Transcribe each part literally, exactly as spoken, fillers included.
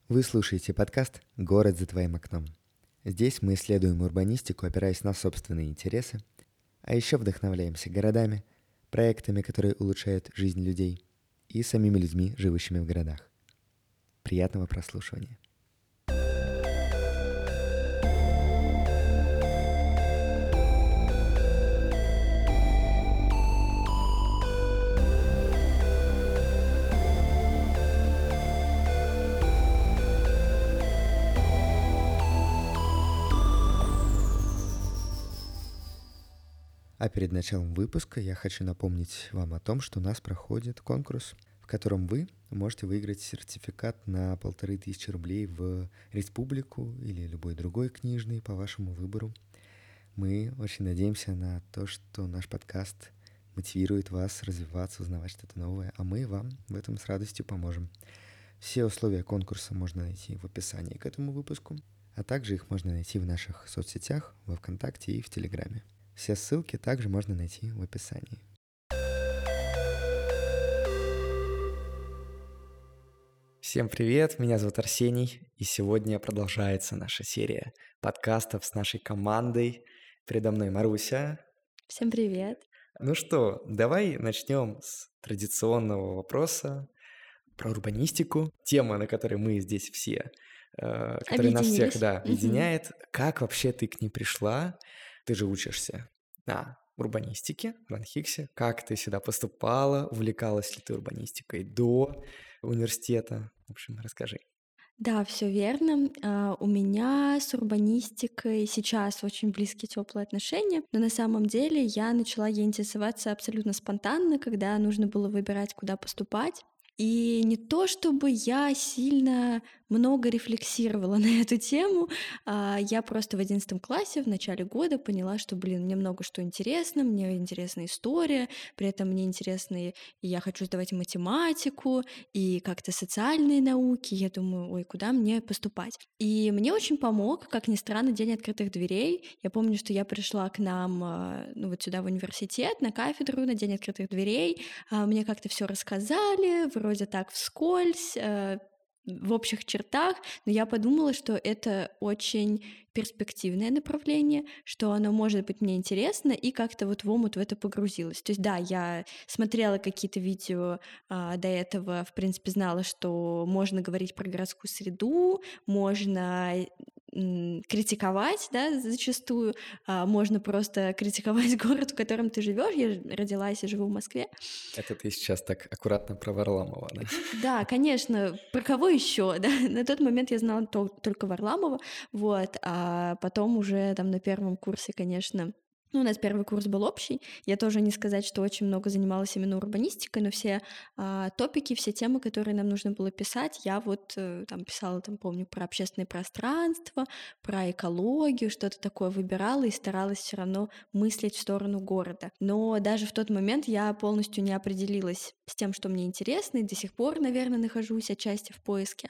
Вы слушаете подкаст «Город за твоим окном». Здесь мы исследуем урбанистику, опираясь на собственные интересы, а еще вдохновляемся городами, проектами, которые улучшают жизнь людей, и самими людьми, живущими в городах. Приятного прослушивания. А перед началом выпуска я хочу напомнить вам о том, что у нас проходит конкурс, в котором вы можете выиграть сертификат на полторы тысячи рублей в республику или любой другой книжный по вашему выбору. Мы очень надеемся на то, что наш подкаст мотивирует вас развиваться, узнавать что-то новое, а мы вам в этом с радостью поможем. Все условия конкурса можно найти в описании к этому выпуску, а также их можно найти в наших соцсетях, во ВКонтакте и в Телеграме. Все ссылки также можно найти в описании. Всем привет, меня зовут Арсений, и сегодня продолжается наша серия подкастов с нашей командой. Передо мной Маруся. Всем привет. Ну что, давай начнем с традиционного вопроса про урбанистику. Тема, на которой мы здесь все, э, которая нас всех, да, объединяет. Угу. Как вообще ты к ней пришла? Ты же учишься на урбанистике в РАНХИКСе. Как ты сюда поступала? Увлекалась ли ты урбанистикой до университета? В общем, расскажи. Да, все верно. А, у меня с урбанистикой сейчас очень близкие теплые отношения, но на самом деле я начала ей интересоваться абсолютно спонтанно, когда нужно было выбирать, куда поступать. И не то чтобы я сильно много рефлексировала на эту тему, а, я просто в одиннадцатом классе в начале года поняла, что, блин, мне много что интересно, мне интересна история, при этом мне интересно, и я хочу сдавать математику, и как-то социальные науки. Я думаю, ой, куда мне поступать? И мне очень помог, как ни странно, День открытых дверей. Я помню, что я пришла к нам, а, ну вот сюда в университет, на кафедру, на День открытых дверей. А, Мне как-то все рассказали, вроде так вскользь, э, в общих чертах, но я подумала, что это очень перспективное направление, что оно может быть мне интересно, и как-то вот в омут в это погрузилась. То есть да, я смотрела какие-то видео а, до этого, в принципе, знала, что можно говорить про городскую среду, можно м, критиковать, да, зачастую, а, можно просто критиковать город, в котором ты живешь. Я родилась и живу в Москве. Это ты сейчас так аккуратно про Варламова, да? Да, конечно. Про кого еще, да? На тот момент я знала тол- только Варламова, вот, а потом уже там на первом курсе, конечно, ну, у нас первый курс был общий. Я тоже не сказать, что очень много занималась именно урбанистикой, но все а, топики, все темы, которые нам нужно было писать, я вот э, там писала, там помню, про общественное пространство, про экологию, что-то такое выбирала и старалась все равно мыслить в сторону города. Но даже в тот момент я полностью не определилась с тем, что мне интересно, и до сих пор, наверное, нахожусь отчасти в поиске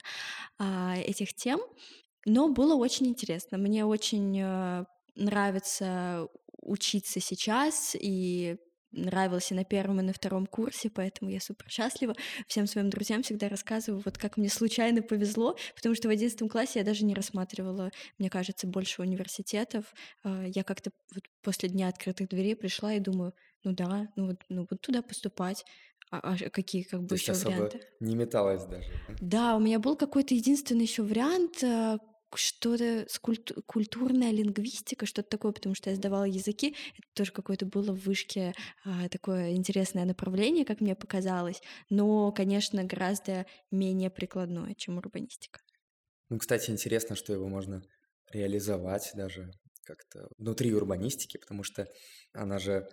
а, этих тем. Но было очень интересно. Мне очень э, нравится учиться сейчас, и нравилось и на первом, и на втором курсе, поэтому я супер счастлива. Всем своим друзьям всегда рассказываю, вот как мне случайно повезло, потому что в одиннадцатом классе я даже не рассматривала, мне кажется, больше университетов. А, Я как-то вот после дня открытых дверей пришла и думаю, ну да, ну вот, ну вот туда поступать. А, а какие как То бы есть еще особо варианты? не металась даже. Да, у меня был какой-то единственный еще вариант, э, что-то с культу- культурная лингвистика, что-то такое, потому что я сдавала языки. Это тоже какое-то было в вышке а, такое интересное направление, как мне показалось, но, конечно, гораздо менее прикладное, чем урбанистика. Ну, кстати, интересно, что его можно реализовать даже как-то внутри урбанистики, потому что она же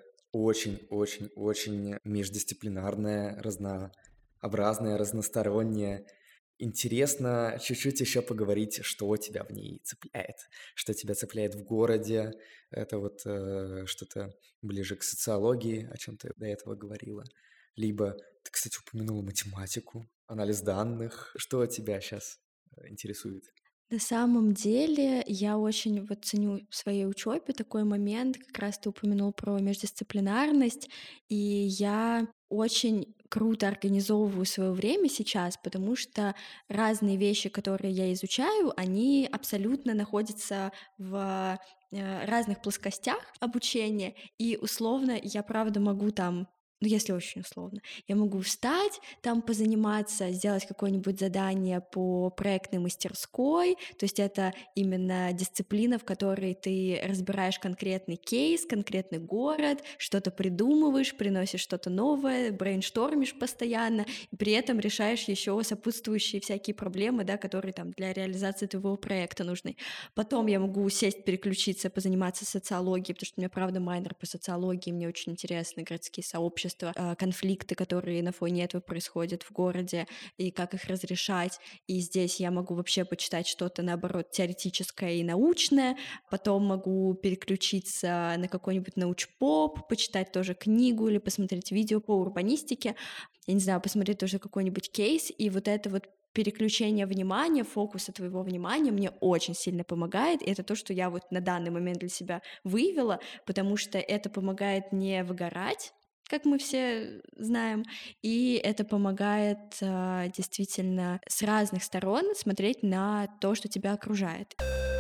очень-очень-очень междисциплинарная, разнообразная, разносторонняя. Интересно чуть-чуть еще поговорить, что тебя в ней цепляет, что тебя цепляет в городе. Это вот э, что-то ближе к социологии, о чем ты до этого говорила. Либо ты, кстати, упомянула математику, анализ данных. Что тебя сейчас интересует? На самом деле я очень вот ценю в своей учебе такой момент, как раз ты упомянул про междисциплинарность, и я очень круто организовываю свое время сейчас, потому что разные вещи, которые я изучаю, они абсолютно находятся в э, разных плоскостях обучения, и условно я правда могу там, ну если очень условно, я могу встать, там позаниматься, сделать какое-нибудь задание по проектной мастерской, то есть это именно дисциплина, в которой ты разбираешь конкретный кейс, конкретный город, что-то придумываешь, приносишь что-то новое, брейнштормишь постоянно, и при этом решаешь еще сопутствующие всякие проблемы, да, которые там для реализации твоего проекта нужны. Потом я могу сесть, переключиться, позаниматься социологией, потому что у меня, правда, майнер по социологии, мне очень интересны городские сообщества, э, конфликты, которые на фоне этого происходят в городе, и как их разрешать. И здесь я могу вообще почитать что-то, наоборот, теоретическое и научное, потом могу переключиться на какой-нибудь научпоп, почитать тоже книгу или посмотреть видео по урбанистике, я не знаю, посмотреть тоже какой-нибудь кейс, и вот это вот переключение внимания, фокуса твоего внимания мне очень сильно помогает, и это то, что я вот на данный момент для себя выявила, потому что это помогает не выгорать, как мы все знаем, и это помогает а, действительно с разных сторон смотреть на то, что тебя окружает.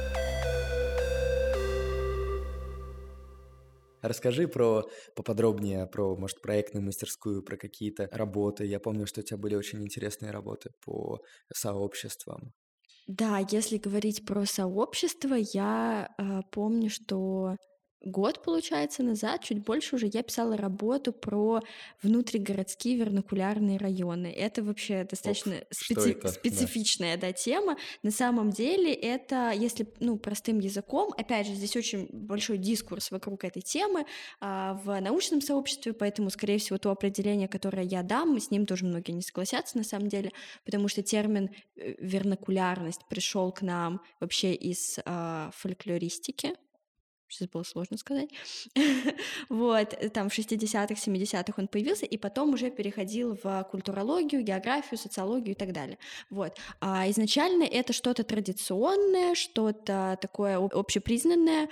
Расскажи про поподробнее про, может, проектную мастерскую, про какие-то работы. Я помню, что у тебя были очень интересные работы по сообществам. Да, если говорить про сообщество, я а, помню, что год, получается, назад, чуть больше уже, я писала работу про внутригородские вернакулярные районы. Это вообще Оп, достаточно что специ- это? Да. специфичная, да, тема. На самом деле это, если, ну, простым языком, опять же, здесь очень большой дискурс вокруг этой темы а, в научном сообществе, поэтому, скорее всего, то определение, которое я дам, с ним тоже многие не согласятся, на самом деле, потому что термин э, вернакулярность пришел к нам вообще из а, фольклористики. Сейчас было сложно сказать. Вот, э, там в шестидесятых, семидесятых он появился, и потом уже переходил в культурологию, географию, социологию и так далее. Вот. А изначально это что-то традиционное, что-то такое об- общепризнанное.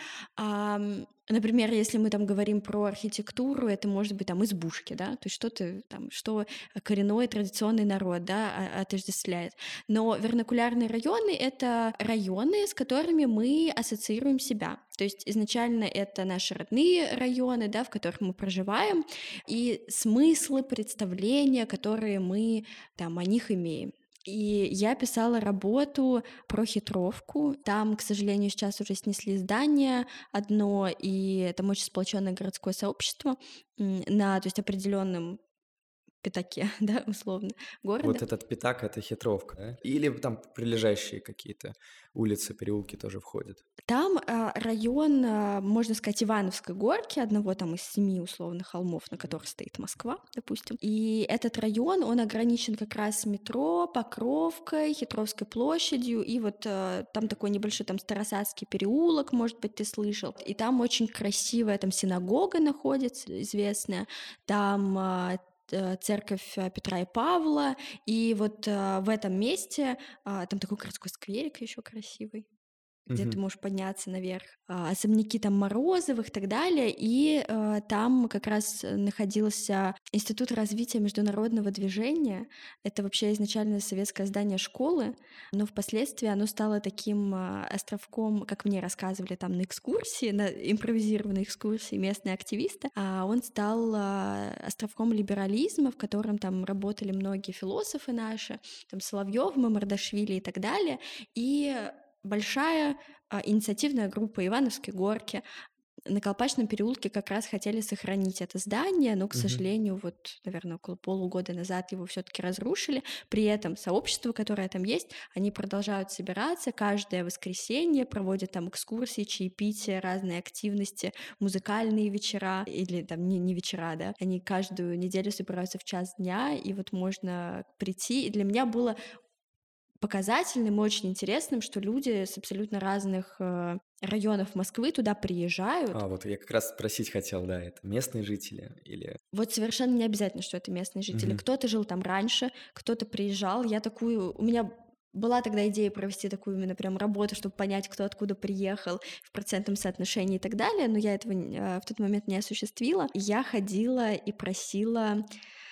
Ам, Например, если мы там говорим про архитектуру, это может быть там избушки, да, то есть что-то там, что коренной традиционный народ, да, о- отождествляет. Но вернакулярные районы — это районы, с которыми мы ассоциируем себя. То есть изначально это наши родные районы, да, в которых мы проживаем, и смыслы, представления, которые мы там о них имеем. И я писала работу про хитровку. Там, к сожалению, сейчас уже снесли здание одно, и там очень сплоченное городское сообщество м, на, то есть, определенном пятаке, да, условно, города. Вот этот пятак — это хитровка, да? Или там прилежащие какие-то улицы, переулки тоже входят? Там а, район, а, можно сказать, Ивановской горки, одного там из семи условных холмов, на которых стоит Москва, допустим. И этот район, он ограничен как раз метро, Покровкой, Хитровской площадью, и вот а, там такой небольшой там Старосадский переулок, может быть, ты слышал. И там очень красивая там синагога находится, известная, там а, т- церковь а, Петра и Павла, и вот а, в этом месте а, там такой городской скверик еще красивый, где ты Мгм. можешь подняться наверх, а, особняки там Морозовых и так далее. И э, там как раз э, находился Институт развития международного движения. Это вообще изначально советское здание школы, но впоследствии оно стало таким а, островком, как мне рассказывали там на экскурсии, на импровизированной экскурсии местные активисты. А он стал а, островком либерализма, в котором там работали многие философы наши, там Соловьев, Мамардашвили и так далее. И большая а, инициативная группа Ивановской горки. На Колпачном переулке как раз хотели сохранить это здание, но, к Мгм. сожалению, вот, наверное, около полугода назад его все-таки разрушили. При этом сообщество, которое там есть, они продолжают собираться каждое воскресенье, проводят там экскурсии, чаепития, разные активности, музыкальные вечера или там не, не вечера, да. Они каждую неделю собираются в час дня, и вот можно прийти. И для меня было показательным, очень интересным, что люди с абсолютно разных э, районов Москвы туда приезжают. А, вот я как раз спросить хотел, да, это местные жители или... Вот совершенно не обязательно, что это местные жители. Мгм. Кто-то жил там раньше, кто-то приезжал. Я такую... У меня была тогда идея провести такую именно прям работу, чтобы понять, кто откуда приехал в процентном соотношении и так далее, но я этого н- э, в тот момент не осуществила. Я ходила и просила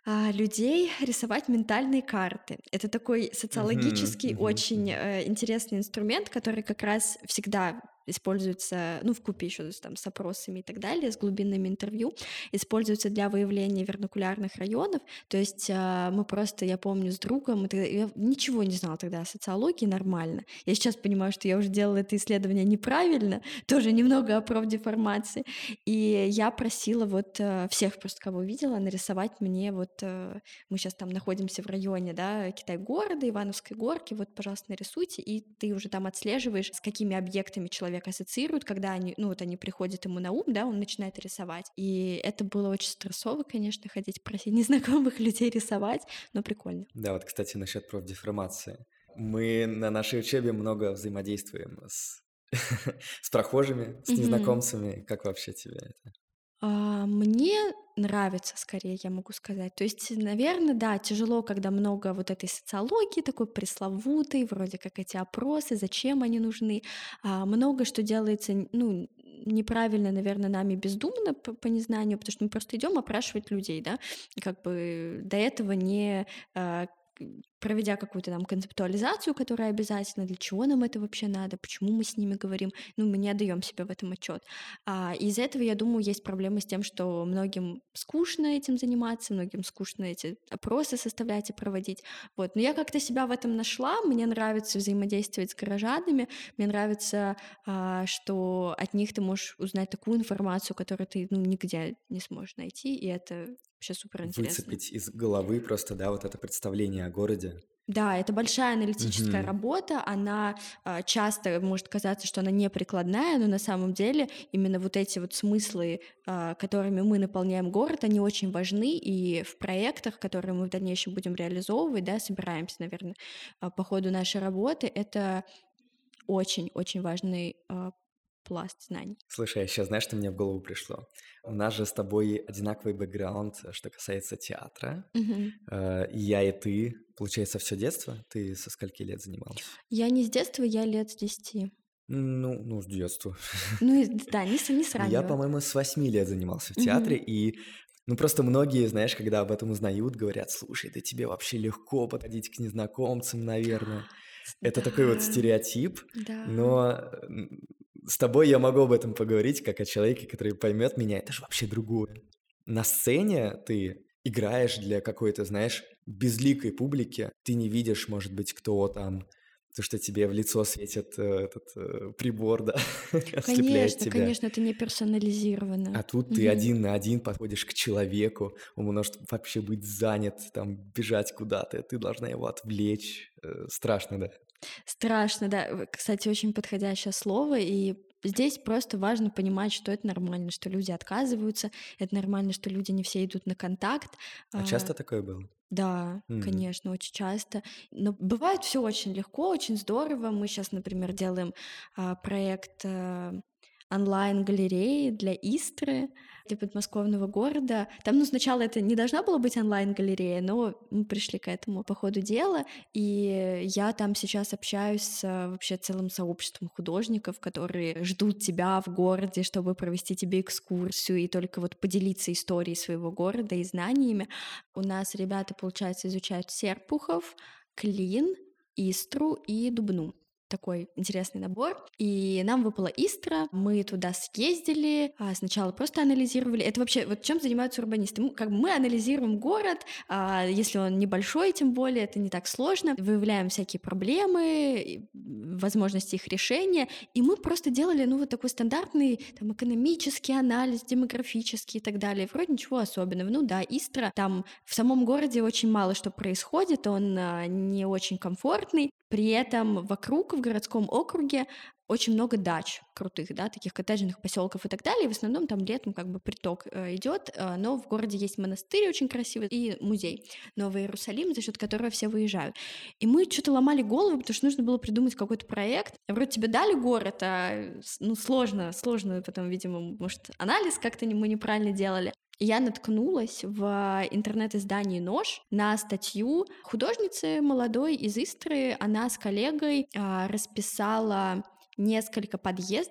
А, людей рисовать ментальные карты. Это такой Мгм, социологический мгм, очень, мгм. э, интересный инструмент, который как раз всегда используется, ну, вкупе еще с там с опросами и так далее, с глубинными интервью, используется для выявления вернокулярных районов. То есть, а, мы просто, я помню, с другом, это я ничего не знала тогда о социологии нормально. Я сейчас понимаю, что я уже делала это исследование неправильно, тоже немного о профдеформации. И я просила вот, э, всех просто, кого видела, нарисовать мне вот, э, мы сейчас там находимся в районе, да, Китай-города, Ивановской горки, вот, пожалуйста, нарисуйте, и ты уже там отслеживаешь, с какими объектами человек ассоциирует, когда они, ну, вот они приходят ему на ум, да, он начинает рисовать. И это было очень стрессово, конечно, ходить просить незнакомых людей рисовать, но прикольно. Да, вот, кстати, насчет профдеформации. Мы на нашей учебе много взаимодействуем с, с прохожими, с Мгм. незнакомцами. Как вообще тебе это? А, мне нравится, скорее, я могу сказать. То есть, наверное, да, тяжело, когда много вот этой социологии, такой пресловутой, вроде как эти опросы, зачем они нужны. А, много что делается, н- ну, неправильно, наверное, нами бездумно по, по незнанию, потому что мы просто идем опрашивать людей, да, и как бы до этого не а, к- проведя какую-то там концептуализацию, которая обязательно, для чего нам это вообще надо, почему мы с ними говорим, ну, мы не отдаем себе в этом отчет. А, из-за этого, я думаю, есть проблемы с тем, что многим скучно этим заниматься, многим скучно эти опросы составлять и проводить. Вот. Но я как-то себя в этом нашла, мне нравится взаимодействовать с горожанами, мне нравится, а, что от них ты можешь узнать такую информацию, которую ты, ну, нигде не сможешь найти, и это вообще супер интересно. Выцепить из головы просто, да, вот это представление о городе. Да, это большая аналитическая Мгм. работа, она а, часто может казаться, что она не прикладная, но на самом деле именно вот эти вот смыслы, а, которыми мы наполняем город, они очень важны, и в проектах, которые мы в дальнейшем будем реализовывать, да, собираемся, наверное, а, по ходу нашей работы, это очень-очень важный а, пласт знаний. Слушай, а сейчас знаешь, что мне в голову пришло? У нас же с тобой одинаковый бэкграунд, э, что касается театра. Мгм. Э, и я, и ты. Получается, все детство? Ты со скольки лет занималась? Я не с детства, я лет с десяти. Ну, ну, с детства. Ну, и да, не с, не с Я, раннего. по-моему, с восьми лет занимался в театре, Мгм. и, ну, просто многие, знаешь, когда об этом узнают, говорят: "Слушай, да тебе вообще легко подходить к незнакомцам, наверное". С- Это Да, такой вот стереотип, да. но, м, с тобой я могу об этом поговорить как о человеке, который поймет меня. Это же вообще другое. На сцене ты играешь для какой-то, знаешь, безликой публики. Ты не видишь, может быть, кто там, то, что тебе в лицо светит, э, этот, э, прибор, да, ослепляет Конечно, тебя. конечно, это не персонализировано. А тут ты Мгм. один на один подходишь к человеку, он может вообще быть занят, там, бежать куда-то, ты должна его отвлечь. Э, страшно, да? Страшно, да. В Кстати, очень подходящее слово, и здесь просто важно понимать, что это нормально, что люди отказываются, это нормально, что люди не все идут на контакт. А А, часто такое было? Да, М. конечно, очень часто. Но бывает все очень легко, очень здорово. Мы сейчас, например, делаем а, проект э, онлайн-галереи для Истры, для подмосковного города. Там, ну, сначала это не должна была быть онлайн-галерея, но мы пришли к этому по ходу дела, и я там сейчас общаюсь с а, вообще целым сообществом художников, которые ждут тебя в городе, чтобы провести тебе экскурсию и только вот поделиться историей своего города и знаниями. У нас ребята, получается, изучают Серпухов, Клин, Истру и Дубну. Такой интересный набор. И нам выпала Истра, мы туда съездили, а, сначала просто анализировали. Это вообще, вот чем занимаются урбанисты? Мы, как бы мы анализируем город, а, если он небольшой, тем более, это не так сложно. Выявляем всякие проблемы, и, м, возможности их решения, и мы просто делали, ну, вот такой стандартный там экономический анализ, демографический и так далее. Вроде ничего особенного. Ну да, Истра, там в самом городе очень мало что происходит, он а, не очень комфортный. При этом вокруг в городском округе очень много дач крутых, да, таких коттеджных поселков и так далее. В основном там летом как бы приток э, идет, э, но в городе есть монастырь очень красивый и музей Новый Иерусалим, за счет которого все выезжают. И мы что-то ломали голову, потому что нужно было придумать какой-то проект. Вроде тебе дали город, а с- ну сложно, сложно потом, видимо, может, анализ как-то не- мы неправильно делали. И я наткнулась в интернет-издании «Нож» на статью художницы молодой из Истры. Она с коллегой а, расписала несколько подъездов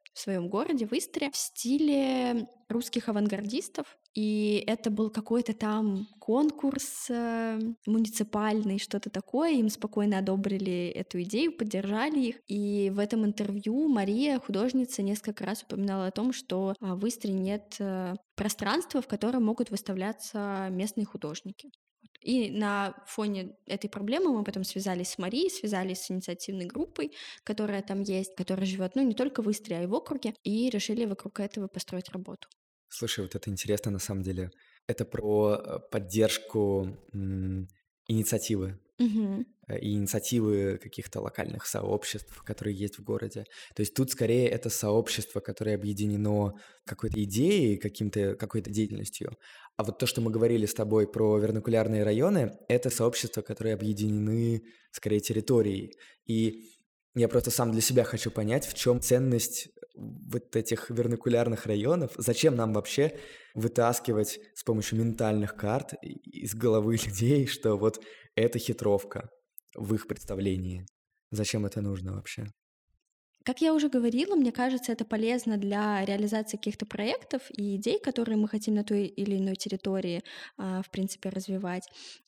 в своем городе, в Истре, в стиле русских авангардистов. И это был какой-то там конкурс э, муниципальный, что-то такое. Им спокойно одобрили эту идею, поддержали их. И в этом интервью Мария, художница, несколько раз упоминала о том, что а, в Истре нет э, пространства, в котором могут выставляться местные художники. И на фоне этой проблемы мы потом связались с Марией, связались с инициативной группой, которая там есть, которая живет, ну, не только в Истре, а и в округе, и решили вокруг этого построить работу. Слушай, вот это интересно на самом деле. Это про э, поддержку м, инициативы Мгм. э, и инициативы каких-то локальных сообществ, которые есть в городе. То есть тут скорее это сообщество, которое объединено какой-то идеей, каким-то, какой-то деятельностью. А вот то, что мы говорили с тобой про вернакулярные районы, это сообщества, которые объединены скорее территорией. И я просто сам для себя хочу понять, в чем ценность вот этих вернакулярных районов. Зачем нам вообще вытаскивать с помощью ментальных карт и- из головы людей, что вот это хитровка в их представлении? Зачем это нужно вообще? Как я уже говорила, мне кажется, это полезно для реализации каких-то проектов и идей, которые мы хотим на той или иной территории, а, в принципе, развивать.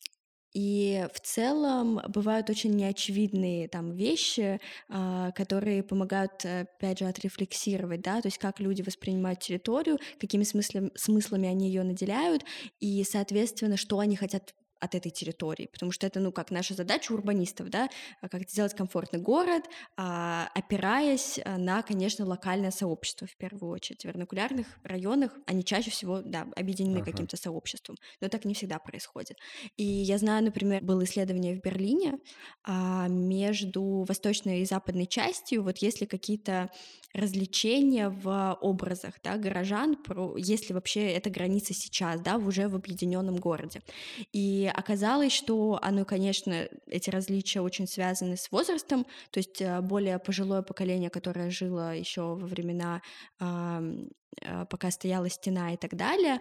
И в целом бывают очень неочевидные там вещи, а, которые помогают, э, опять же, отрефлексировать, да, то есть как люди воспринимают территорию, какими смыслем- смыслами они ее наделяют, и, соответственно, что они хотят от этой территории, потому что это, ну, как наша задача урбанистов, да, а, как сделать комфортный город, а, опираясь а, на, конечно, локальное сообщество в первую очередь. В вернакулярных районах они чаще всего, да, объединены Ага. каким-то сообществом, но так не всегда происходит. И я знаю, например, было исследование в Берлине а, между восточной и западной частью, вот есть ли какие-то развлечения в образах, да, горожан, про, есть ли вообще эта граница сейчас, да, в- уже в объединенном городе. И оказалось, что оно, конечно, эти различия очень связаны с возрастом, то есть э, более пожилое поколение, которое жило еще во времена, ам, э, пока стояла стена и так далее,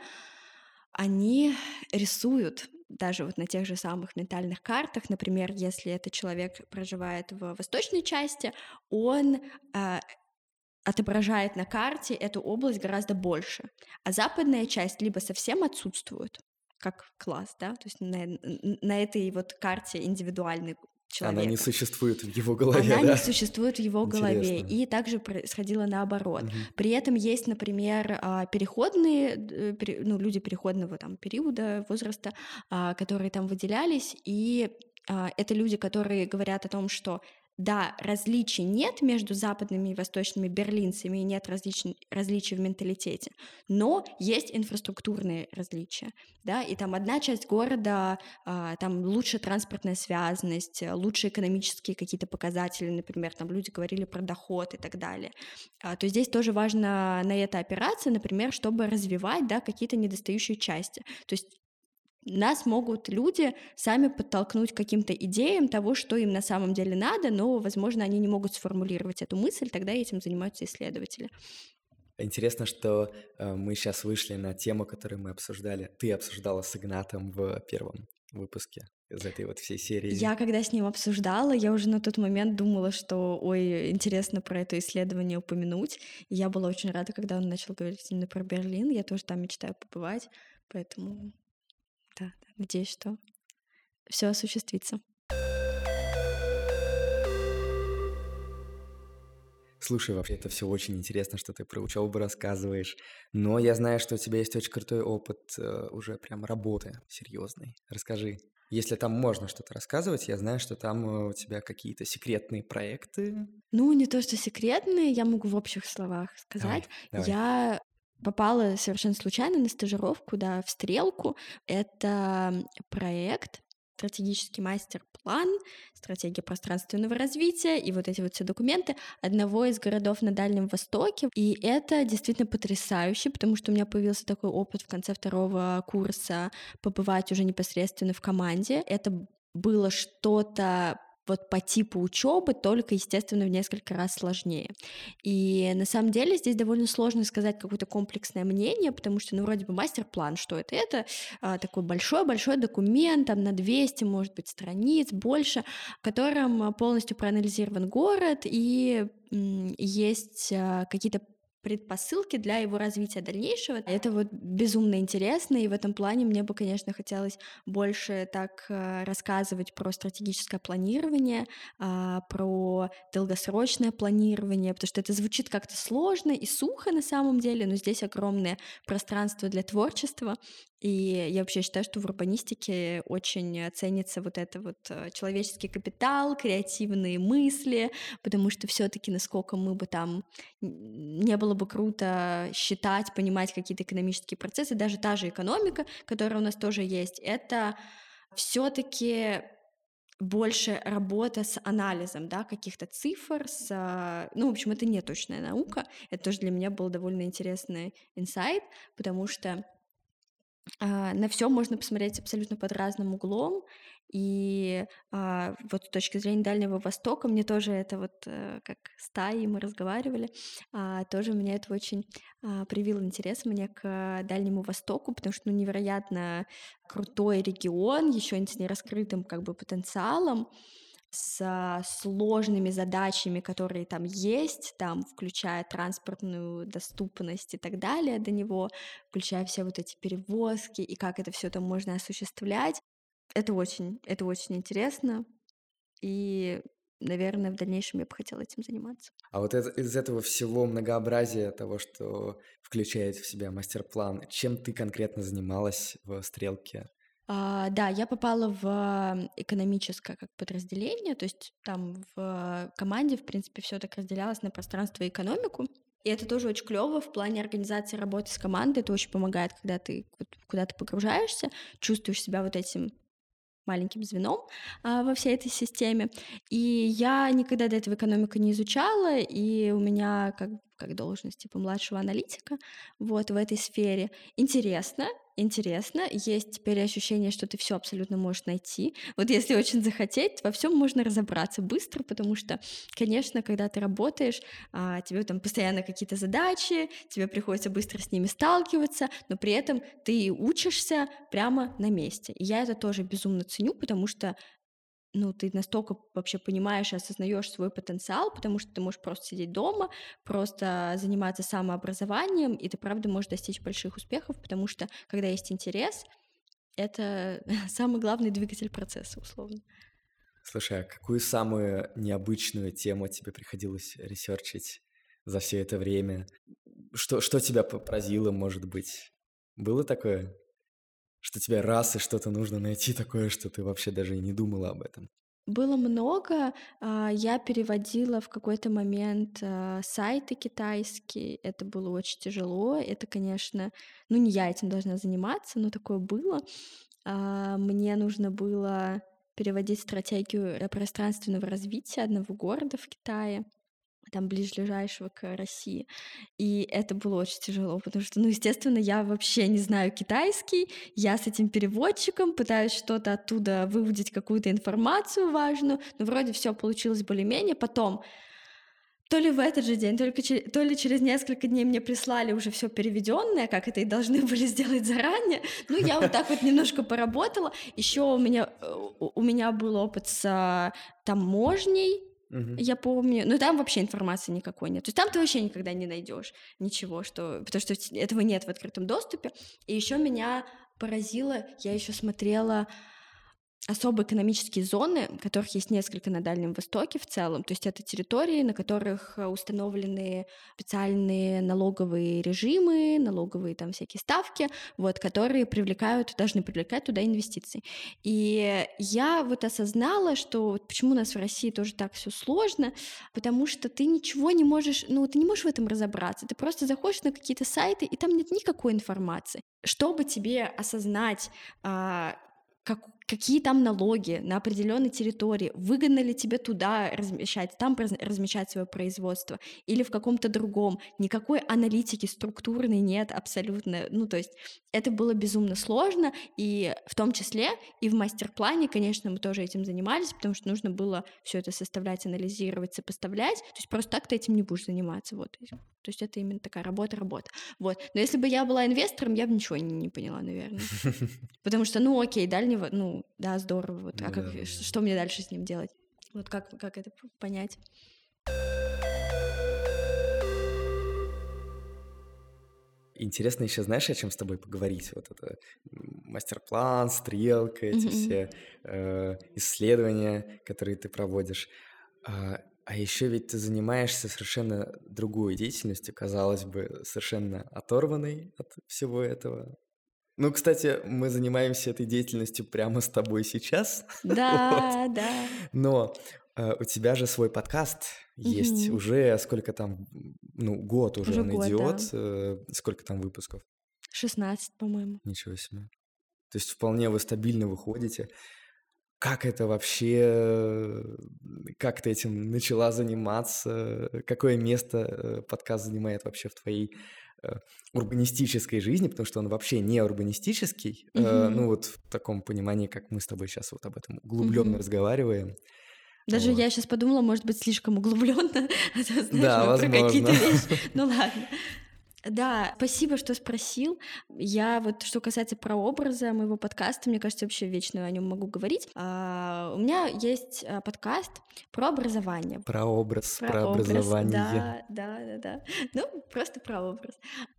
они рисуют даже вот на тех же самых ментальных картах. Например, если этот человек проживает в восточной части, он а, отображает на карте эту область гораздо больше, а западная часть либо совсем отсутствует, как класс, да, то есть на, н- на этой вот карте индивидуальной Она не человека. существует в его голове, Она не да? существует в его голове, Интересно. и также происходило наоборот. Мгм. При этом есть, например, а, переходные, э, пере- ну, люди переходного там периода, возраста, а, которые там выделялись, и а, это люди, которые говорят о том, что да, различий нет между западными и восточными берлинцами, и нет различ- различий в менталитете, но есть инфраструктурные различия, да, и там одна часть города, а, там лучше транспортная связанность, э, лучше экономические какие-то показатели, например, там люди говорили про доход и так далее. А, то здесь тоже важно на это опираться, например, чтобы развивать, да, какие-то недостающие части. То есть нас могут люди сами подтолкнуть к каким-то идеям того, что им на самом деле надо, но, возможно, они не могут сформулировать эту мысль, тогда этим занимаются исследователи. Интересно, что э, мы сейчас вышли на тему, которую мы обсуждали. Ты обсуждала с Игнатом в первом выпуске из этой вот всей серии. Я когда с ним обсуждала, я уже на тот момент думала, что, ой, интересно про это исследование упомянуть. И я была очень рада, когда он начал говорить именно про Берлин. Я тоже там мечтаю побывать, поэтому, да, надеюсь, что все осуществится. Слушай, вообще это все очень интересно, что ты про учебу рассказываешь. Но я знаю, что у тебя есть очень крутой опыт э, уже прям работы серьезной. Расскажи. Если там можно что-то рассказывать, я знаю, что там э, у тебя какие-то секретные проекты. Ну, не то, что секретные, я могу в общих словах Давай, сказать. давай. Я попала совершенно случайно на стажировку, да, в «Стрелку». Это проект, стратегический мастер-план, стратегия пространственного развития и вот эти вот все документы одного из городов на Дальнем Востоке. И это действительно потрясающе, потому что у меня появился такой опыт в конце второго курса побывать уже непосредственно в команде. Это было что-то вот по типу учебы, только, естественно, в несколько раз сложнее. И на самом деле здесь довольно сложно сказать какое-то комплексное мнение, потому что, ну, вроде бы мастер-план, что это? Это а, такой большой-большой документ, там на двести, может быть, страниц, больше, в котором а, полностью проанализирован город, и м, есть а, какие-то предпосылки для его развития дальнейшего. Это вот безумно интересно, и в этом плане мне бы, конечно, хотелось больше так э, рассказывать про стратегическое планирование, а, про долгосрочное планирование, потому что это звучит как-то сложно и сухо на самом деле, но здесь огромное пространство для творчества, и я вообще считаю, что в урбанистике очень э, ценится вот это вот э, человеческий капитал, креативные мысли, потому что все-таки насколько мы бы там н- не было бы круто считать, понимать какие-то экономические процессы, даже та же экономика, которая у нас тоже есть, это все-таки больше работа с анализом, да, каких-то цифр, с, а, ну, в общем, это не точная наука, это тоже для меня был довольно интересный инсайт, потому что а, на все можно посмотреть абсолютно под разным углом. И, а, вот с точки зрения Дальнего Востока мне тоже это вот, э, как с Таей мы разговаривали, а, тоже меня это очень, а, привило интерес мне к Дальнему Востоку, потому что, ну, невероятно крутой регион, еще и с нераскрытым как бы потенциалом, с а, сложными задачами, которые там есть, там, включая транспортную доступность и так далее до него, включая все вот эти перевозки и как это все там можно осуществлять. Это очень, это очень интересно, и, наверное, в дальнейшем я бы хотела этим заниматься. А вот это- из этого всего многообразия того, что включает в себя мастер-план, чем ты конкретно занималась в «Стрелке»? А, да, я попала в а, экономическое как подразделение, то есть там в команде, в принципе, все так разделялось на пространство и экономику. И это тоже очень клево в плане организации работы с командой. Это очень помогает, когда ты вот куда-то погружаешься, чувствуешь себя вот этим маленьким звеном а, во всей этой системе. И я никогда до этого экономику не изучала, и у меня как, как должность типа младшего аналитика вот в этой сфере. Интересно, интересно. Есть теперь ощущение, что ты все абсолютно можешь найти. Вот если очень захотеть, во всем можно разобраться быстро, потому что, конечно, когда ты работаешь, а, тебе там постоянно какие-то задачи, тебе приходится быстро с ними сталкиваться, но при этом ты учишься прямо на месте. И я это тоже безумно ценю, потому что, ну, ты настолько вообще понимаешь и осознаешь свой потенциал, потому что ты можешь просто сидеть дома, просто заниматься самообразованием, и ты, правда, можешь достичь больших успехов, потому что, когда есть интерес, это самый главный двигатель процесса, условно. Слушай, а какую самую необычную тему тебе приходилось ресерчить за все это время? Что, что тебя по- поразило, может быть? Было такое, что тебе раз и что-то нужно найти такое, что ты вообще даже и не думала об этом? Было много. а, Я переводила в какой-то момент а, сайты китайские. Это было очень тяжело. Это, конечно, ну не я этим должна заниматься, но такое было. А, Мне нужно было переводить стратегию э, пространственного развития одного города в Китае, там ближайшего к России. И это было очень тяжело, потому что, ну, естественно, я вообще не знаю китайский, я с этим переводчиком пытаюсь что-то оттуда выудить, какую-то информацию важную, но вроде все получилось более-менее. Потом, то ли в этот же день, только че- то ли через несколько дней мне прислали уже все переведенное, как это и должны были сделать заранее. Ну, я вот так вот немножко поработала. Еще у меня, э, у у меня был опыт с а, таможней, Мгм. я помню, но там вообще информации никакой нет. То есть там ты вообще никогда не найдешь ничего, что, потому что т- этого нет в открытом доступе. И еще меня поразило, я еще смотрела особые экономические зоны, которых есть несколько на Дальнем Востоке в целом. То есть это территории, на которых э, установлены специальные налоговые режимы, налоговые там всякие ставки, вот, которые привлекают, должны привлекать туда инвестиции. И я вот осознала, что вот почему у нас в России тоже так все сложно, потому что ты ничего не можешь, ну, ты не можешь в этом разобраться. Ты просто заходишь на какие-то сайты, и там нет никакой информации. Чтобы тебе осознать, а, как, какие там налоги на определенной территории, выгодно ли тебе туда размещать, там раз- размещать свое производство или в каком-то другом. Никакой аналитики структурной нет абсолютно. Ну, то есть это было безумно сложно, и в том числе и в мастер-плане, конечно, мы тоже этим занимались, потому что нужно было все это составлять, анализировать, сопоставлять. То есть просто так ты этим не будешь заниматься. Вот. То есть это именно такая работа-работа. Вот. Но если бы я была инвестором, я бы ничего не, не поняла, наверное. Потому что, ну, окей, дальнего, ну, да, здорово, вот, а Ну как, да, да, ш- да. что мне дальше с ним делать? Вот как, как это п- понять? Интересно еще, знаешь, о чем с тобой поговорить? Вот это м, мастер-план, стрелка, эти Мгм. все э, исследования, которые ты проводишь. А, а еще ведь ты занимаешься совершенно другой деятельностью, казалось бы, совершенно оторванной от всего этого. Ну, кстати, мы занимаемся этой деятельностью прямо с тобой сейчас, вот. Да, да. Но э, у тебя же свой подкаст есть Мгм. уже, сколько там, м, ну, год уже Уже он год, да. идет, э, сколько там выпусков? шестнадцать, по-моему. Ничего себе. То есть вполне вы стабильно выходите. Как это вообще, э, как ты этим начала заниматься? Какое место э, подкаст занимает вообще в твоей э, урбанистической жизни? Потому что он вообще не урбанистический, э, Мгм. ну вот в таком понимании, как мы с тобой сейчас вот об этом углубленно Мгм. разговариваем. Даже Вот. я сейчас подумала, может быть, слишком углубленно, а то, знаешь, Да, мы про какие-то возможно. вещи. Ну ладно. Да, спасибо, что спросил. Я вот, что касается прообраза моего подкаста, мне кажется, вообще вечно о нем могу говорить. А, у меня есть а, подкаст про образование. Про образ, Про про образ, образование. да, да, да, да. Ну, просто про образ.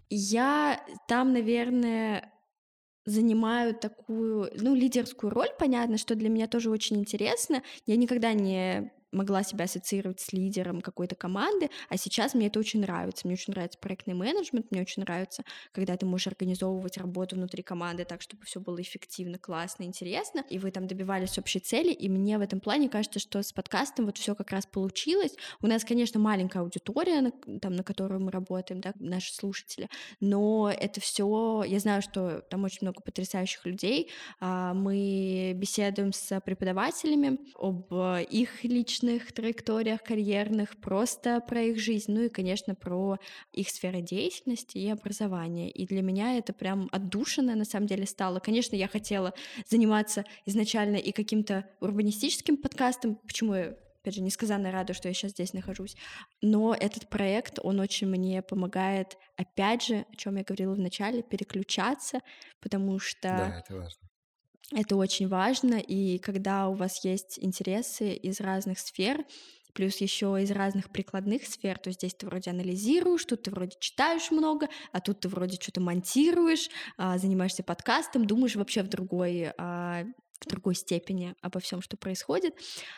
Я там, наверное, занимаю такую, ну, лидерскую роль. Понятно, что для меня тоже очень интересно. Я никогда не могла себя ассоциировать с лидером какой-то команды, а сейчас мне это очень нравится. Мне очень нравится проектный менеджмент, мне очень нравится, когда ты можешь организовывать работу внутри команды так, чтобы все было эффективно, классно, интересно, и вы там добивались общей цели, и мне в этом плане кажется, что с подкастом вот все как раз получилось. У нас, конечно, маленькая аудитория, на, там, на которую мы работаем, да, наши слушатели, но это все, я знаю, что там очень много потрясающих людей. А, Мы беседуем с преподавателями об э, их личных траекториях карьерных, просто про их жизнь, ну и, конечно, про их сферы деятельности и образования. И для меня это прям отдушина, на самом деле, стало. Конечно, я хотела заниматься изначально и каким-то урбанистическим подкастом, почему я, опять же, несказанно рада, что я сейчас здесь нахожусь. Но этот проект, он очень мне помогает, опять же, о чем я говорила в начале, переключаться, потому что Да, это важно. это очень важно. И когда у вас есть интересы из разных сфер, плюс еще из разных прикладных сфер, то здесь ты вроде анализируешь, тут ты вроде читаешь много, а тут ты вроде что-то монтируешь, а, занимаешься подкастом, думаешь вообще в другой, а, в другой степени обо всем, что происходит.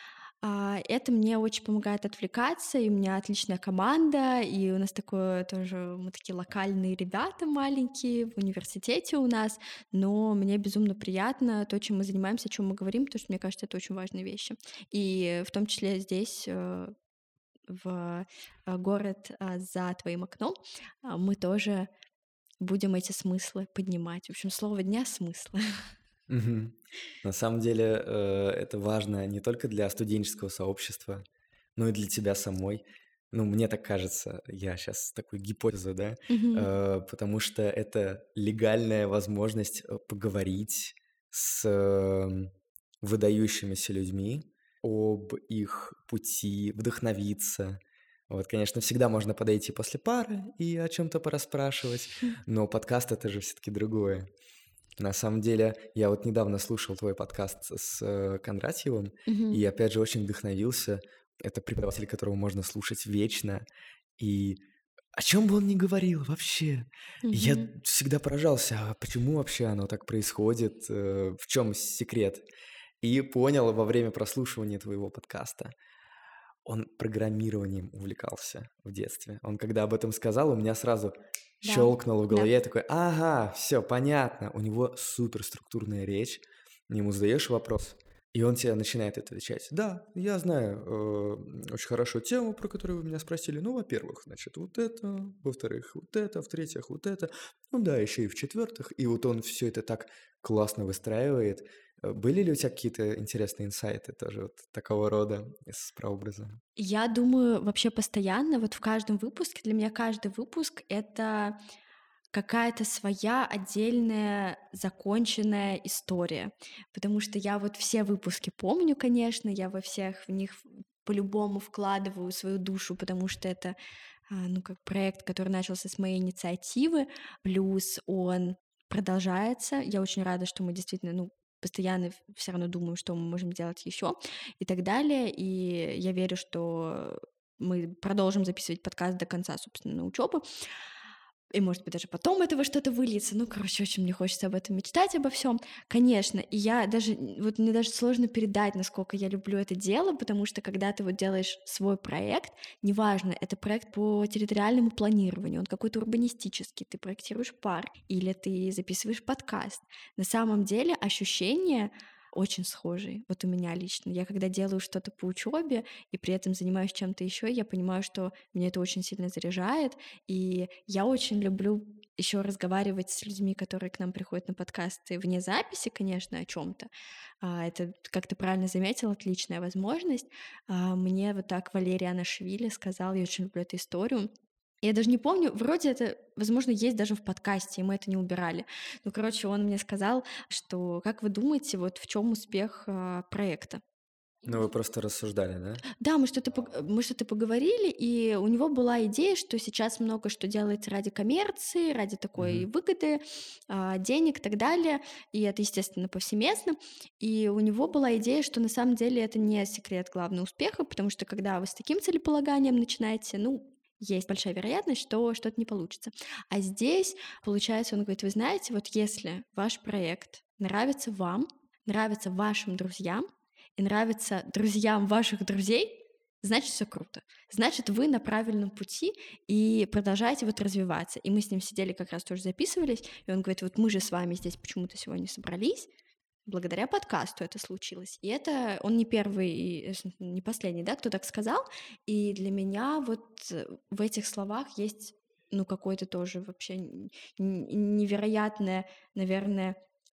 А, Это мне очень помогает отвлекаться, и у меня отличная команда, и у нас такое тоже, мы такие локальные ребята маленькие в университете у нас, но мне безумно приятно то, чем мы занимаемся, о чем мы говорим, потому что мне кажется, это очень важные вещи. И в том числе здесь, э, в э, город а, за твоим окном, а, мы тоже будем эти смыслы поднимать. В общем, слово дня — смыслы. Мгм. На самом деле, э, это важно не только для студенческого сообщества, но и для тебя самой. Ну, мне так кажется, я сейчас такую гипотезу, да, Мгм. э, потому что это легальная возможность э, поговорить с эм, выдающимися людьми об их пути, вдохновиться. Вот, конечно, всегда можно подойти после пары и о чем-то порасспрашивать, но подкаст это же все-таки другое. На самом деле, я вот недавно слушал твой подкаст с э, Кондратьевым, Мгм. и опять же очень вдохновился. Это преподаватель, которого можно слушать вечно. И о чем бы он ни говорил вообще, я Мгм. всегда поражался, а почему вообще оно так происходит, э, в чем секрет? И понял во время прослушивания твоего подкаста. Он программированием увлекался в детстве. Он когда об этом сказал, у меня сразу Да, щелкнуло в да. голове. Я такой, ага, все, понятно. У него суперструктурная речь. Ему задаешь вопрос, и он тебе начинает отвечать. Да, я знаю э, очень хорошо тему, про которую вы меня спросили. Ну, во-первых, значит, вот это, во-вторых, вот это, в-третьих, вот это. Ну да, еще и в-четвертых. И вот он все это так классно выстраивает. Э, Были ли у тебя какие-то интересные инсайты тоже вот такого рода из прообраза? Я думаю, вообще постоянно, вот в каждом выпуске, для меня каждый выпуск — это какая-то своя отдельная законченная история. Потому что я вот все выпуски помню, конечно, я во всех в них по-любому вкладываю свою душу, потому что это, а, ну, как проект, который начался с моей инициативы, плюс он продолжается. Я очень рада, что мы действительно, ну, постоянно все равно думаем, что мы можем делать еще и так далее. И я верю, что мы продолжим записывать подкаст до конца, собственно, учебы. и, может быть, даже потом этого что-то выльется. Ну, короче, очень мне хочется об этом мечтать, обо всем. Конечно, и я даже, вот мне даже сложно передать, насколько я люблю это дело, потому что когда ты вот делаешь свой проект, неважно, это проект по территориальному планированию, он какой-то урбанистический, ты проектируешь парк или ты записываешь подкаст. На самом деле ощущение очень схожие. Вот у меня лично. Я когда делаю что-то по учебе и при этом занимаюсь чем-то еще, я понимаю, что меня это очень сильно заряжает, и я очень люблю еще разговаривать с людьми, которые к нам приходят на подкасты вне записи, конечно, о чем-то. Это, как ты правильно заметил, отличная возможность. А, Мне вот так Валерий Анашвили сказал, я очень люблю эту историю. Я даже не помню, вроде это, возможно, есть даже в подкасте, и мы это не убирали. Ну, короче, он мне сказал, что как вы думаете, вот в чем успех а, проекта? Ну, вы просто рассуждали, да? Да, мы что-то пог- мы что-то поговорили, и у него была идея, что сейчас много что делается ради коммерции, ради такой Мгм. выгоды, а, денег и так далее, и это, естественно, повсеместно. И у него была идея, что на самом деле это не секрет главного успеха, потому что когда вы с таким целеполаганием начинаете, ну, есть большая вероятность, что что-то не получится. А здесь, получается, он говорит, вы знаете, вот если ваш проект нравится вам, нравится вашим друзьям, и нравится друзьям ваших друзей, значит, все круто. Значит, вы на правильном пути и продолжаете вот развиваться. И мы с ним сидели, как раз тоже записывались, и он говорит, вот мы же с вами здесь почему-то сегодня собрались, благодаря подкасту это случилось. И это он не первый и э, с- не последний, да, кто так сказал. И для меня вот э, в этих словах есть ну, какое-то тоже вообще н- н- невероятное, наверное,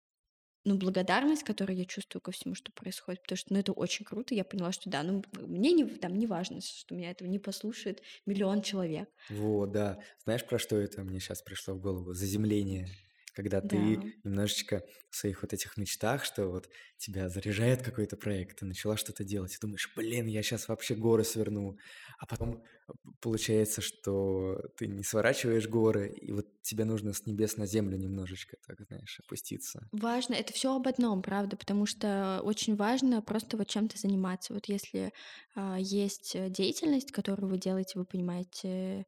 ну, благодарность, которую я чувствую ко всему, что происходит, потому что, ну, это очень круто. Я поняла, что да, ну, мне не, там не важно, что меня этого не послушает миллион человек. Вот, да. Знаешь, про что это мне сейчас пришло в голову? Заземление. Когда Да, ты немножечко в своих вот этих мечтах, что вот тебя заряжает какой-то проект, ты начала что-то делать, и думаешь, блин, я сейчас вообще горы сверну. А потом э, получается, что ты не сворачиваешь горы, и вот тебе нужно с небес на землю немножечко, так знаешь, опуститься. важно, это все об одном, правда, потому что очень важно просто вот чем-то заниматься. Вот если а, есть э, деятельность, которую вы делаете, вы понимаете,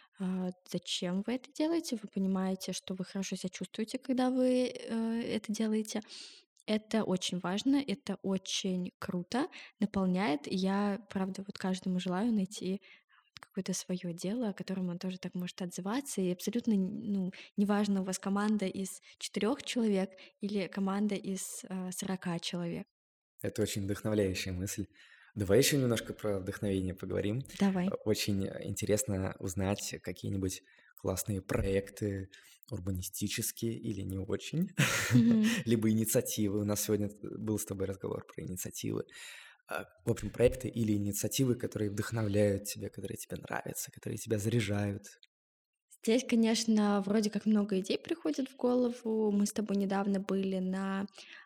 а, зачем вы это делаете, вы понимаете, что вы хорошо себя чувствуете, когда вы э, это делаете. Это очень важно, это очень круто, наполняет. И я, правда, вот каждому желаю найти какое-то свое дело, о котором он тоже так может отзываться. И абсолютно, н- ну, неважно, у вас команда из четырех человек или команда из а, сорока человек. Это очень вдохновляющая мысль. Давай еще немножко про вдохновение поговорим. Давай. Э, Очень э, интересно узнать какие-нибудь классные проекты урбанистические или не очень, Мгм. либо инициативы. У нас сегодня э, был с тобой разговор про инициативы. А, В общем, проекты или инициативы, которые вдохновляют тебя, которые тебе нравятся, которые тебя заряжают. Здесь, конечно, вроде как много идей приходит в голову. Мы с тобой недавно были на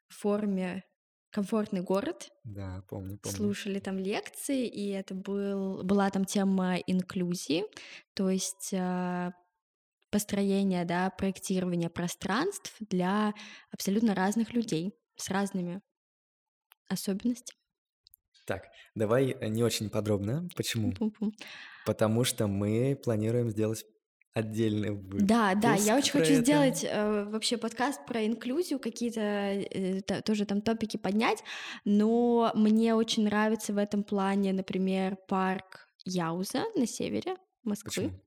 форуме «Комфортный город», Да, помню, помню. слушали там лекции, и это был, была там тема инклюзии, то есть а, построение, да, проектирование пространств для абсолютно разных людей с разными особенностями. Так, давай э, не очень подробно. Почему? Пум-пум-пум. Потому что мы планируем сделать отдельный Да, да, я выпуск очень про хочу это. сделать э, вообще подкаст про инклюзию, какие-то э, та- тоже там топики поднять, но мне очень нравится в этом плане, например, парк Яуза на севере Москвы. Почему?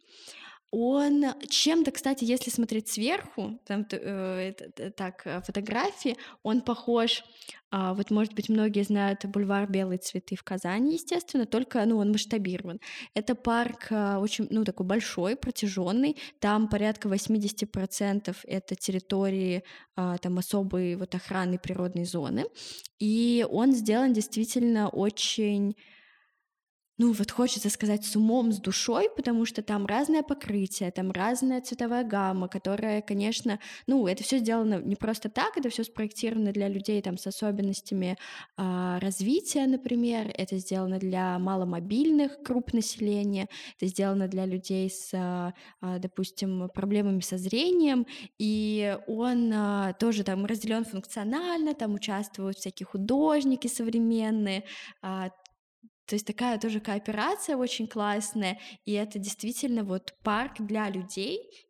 Он чем-то, кстати, если смотреть сверху, там т- э, это- это так, э, фотографии, он похож, а, вот, может быть, многие знают бульвар Белые цветы в Казани, естественно, только, ну, он масштабирован. Это парк а, очень, ну, такой большой, протяженный, там порядка восемьдесят процентов это территории а, там особой вот охраны природной зоны, и он сделан действительно очень ну, вот хочется сказать с умом, с душой, потому что там разное покрытие, там разная цветовая гамма, которая, конечно, ну, это все сделано не просто так, это все спроектировано для людей там с особенностями а, развития, например, это сделано для маломобильных групп населения, это сделано для людей с, а, а, допустим, проблемами со зрением, и он а, тоже там разделен функционально, там участвуют всякие художники современные, а, то есть такая тоже кооперация очень классная, и это действительно вот парк для людей,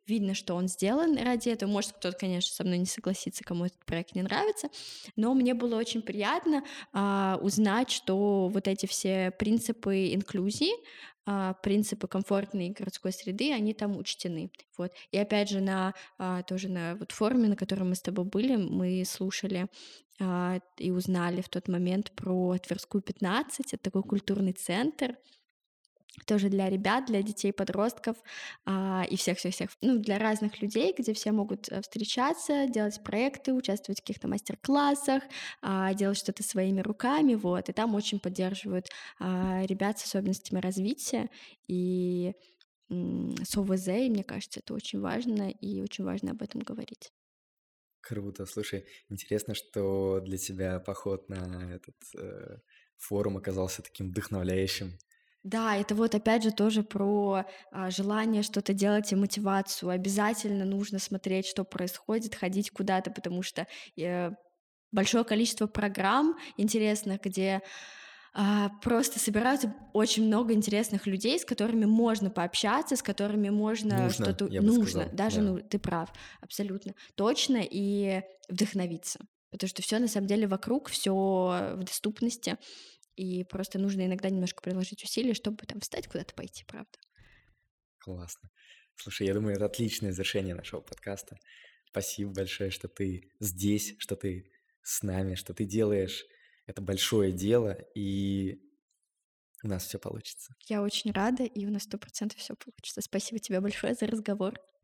видно, что он сделан ради этого. Может, кто-то, конечно, со мной не согласится, кому этот проект не нравится, но мне было очень приятно а, узнать, что вот эти все принципы инклюзии, а, принципы комфортной городской среды, они там учтены. Вот. И опять же, на, а, тоже на вот форуме, на котором мы с тобой были, мы слушали а, и узнали в тот момент про Тверскую пятнадцать, это такой культурный центр, тоже для ребят, для детей, подростков а, и всех-всех-всех, ну, для разных людей, где все могут э, встречаться, делать проекты, участвовать в каких-то мастер-классах, а, делать что-то своими руками, вот, и там очень поддерживают а, ребят с особенностями развития, и м, с ОВЗ, и мне кажется, это очень важно, и очень важно об этом говорить. Круто. Слушай, интересно, что для тебя поход на этот э, форум оказался таким вдохновляющим. Да, это вот опять же тоже про а, желание что-то делать и мотивацию. Обязательно нужно смотреть, что происходит, ходить куда-то, потому что э, большое количество программ интересных, где а, просто собираются очень много интересных людей, с которыми можно пообщаться, с которыми можно Нужно, что-то я бы нужно, сказал, даже да. ну ты прав, абсолютно точно и вдохновиться, потому что все на самом деле вокруг, все в доступности, и просто нужно иногда немножко приложить усилия, чтобы там встать, куда-то пойти, правда. Классно. Слушай, я думаю, это отличное завершение нашего подкаста. Спасибо большое, что ты здесь, что ты с нами, что ты делаешь это большое дело, и у нас все получится. Я очень рада, и у нас сто процентов все получится. Спасибо тебе большое за разговор.